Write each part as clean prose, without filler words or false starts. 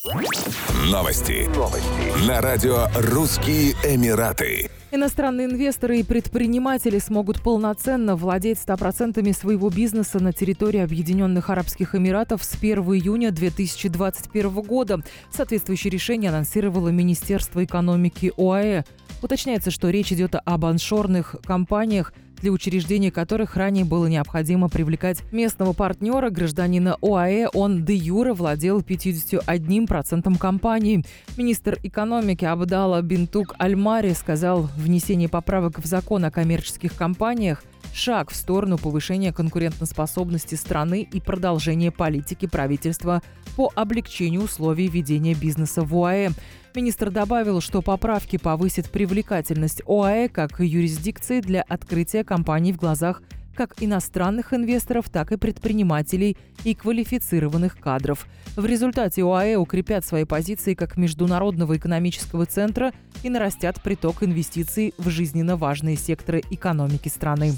Новости. На радио «Русские Эмираты». Иностранные инвесторы и предприниматели смогут полноценно владеть 100% своего бизнеса на территории Объединенных Арабских Эмиратов с 1 июня 2021 года. Соответствующее решение анонсировало Министерство экономики ОАЭ. Уточняется, что речь идет об офшорных компаниях, для учреждения которых ранее было необходимо привлекать местного партнера, гражданина ОАЭ. Он де-юре владел 51% компании. Министр экономики Абдалла бин Тук Аль-Мари сказал, внесение поправок в закон о коммерческих компаниях – шаг в сторону повышения конкурентоспособности страны и продолжения политики правительства по облегчению условий ведения бизнеса в ОАЭ. Министр добавил, что поправки повысят привлекательность ОАЭ как юрисдикции для открытия компаний в глазах как иностранных инвесторов, так и предпринимателей и квалифицированных кадров. В результате ОАЭ укрепят свои позиции как международного экономического центра и нарастят приток инвестиций в жизненно важные секторы экономики страны.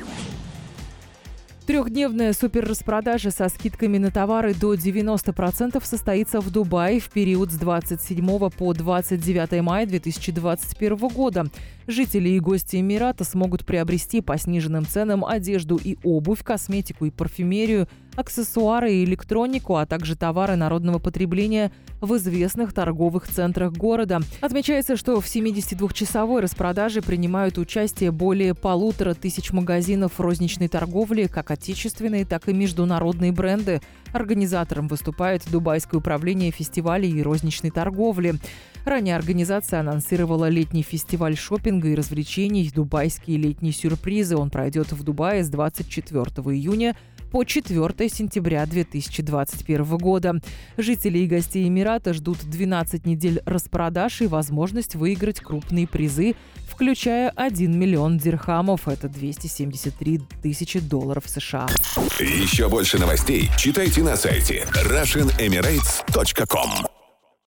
Трехдневная суперраспродажа со скидками на товары до 90% состоится в Дубае в период с 27 по 29 мая 2021 года. Жители и гости Эмирата смогут приобрести по сниженным ценам одежду и обувь, косметику и парфюмерию, аксессуары и электронику, а также товары народного потребления в известных торговых центрах города. Отмечается, что в 72-часовой распродаже принимают участие более 1500 магазинов розничной торговли, как отечественные, так и международные бренды. Организатором выступает Дубайское управление фестивалей и розничной торговли. Ранее организация анонсировала летний фестиваль шопинга и развлечений «Дубайские летние сюрпризы». Он пройдет в Дубае с 24 июня по 4 сентября 2021 года. Жители и гостей Эмирата ждут 12 недель распродаж и возможность выиграть крупные призы, включая 1 миллион дирхамов, это 273 тысячи долларов США. Еще больше новостей читайте на сайте RussianEmirates.com.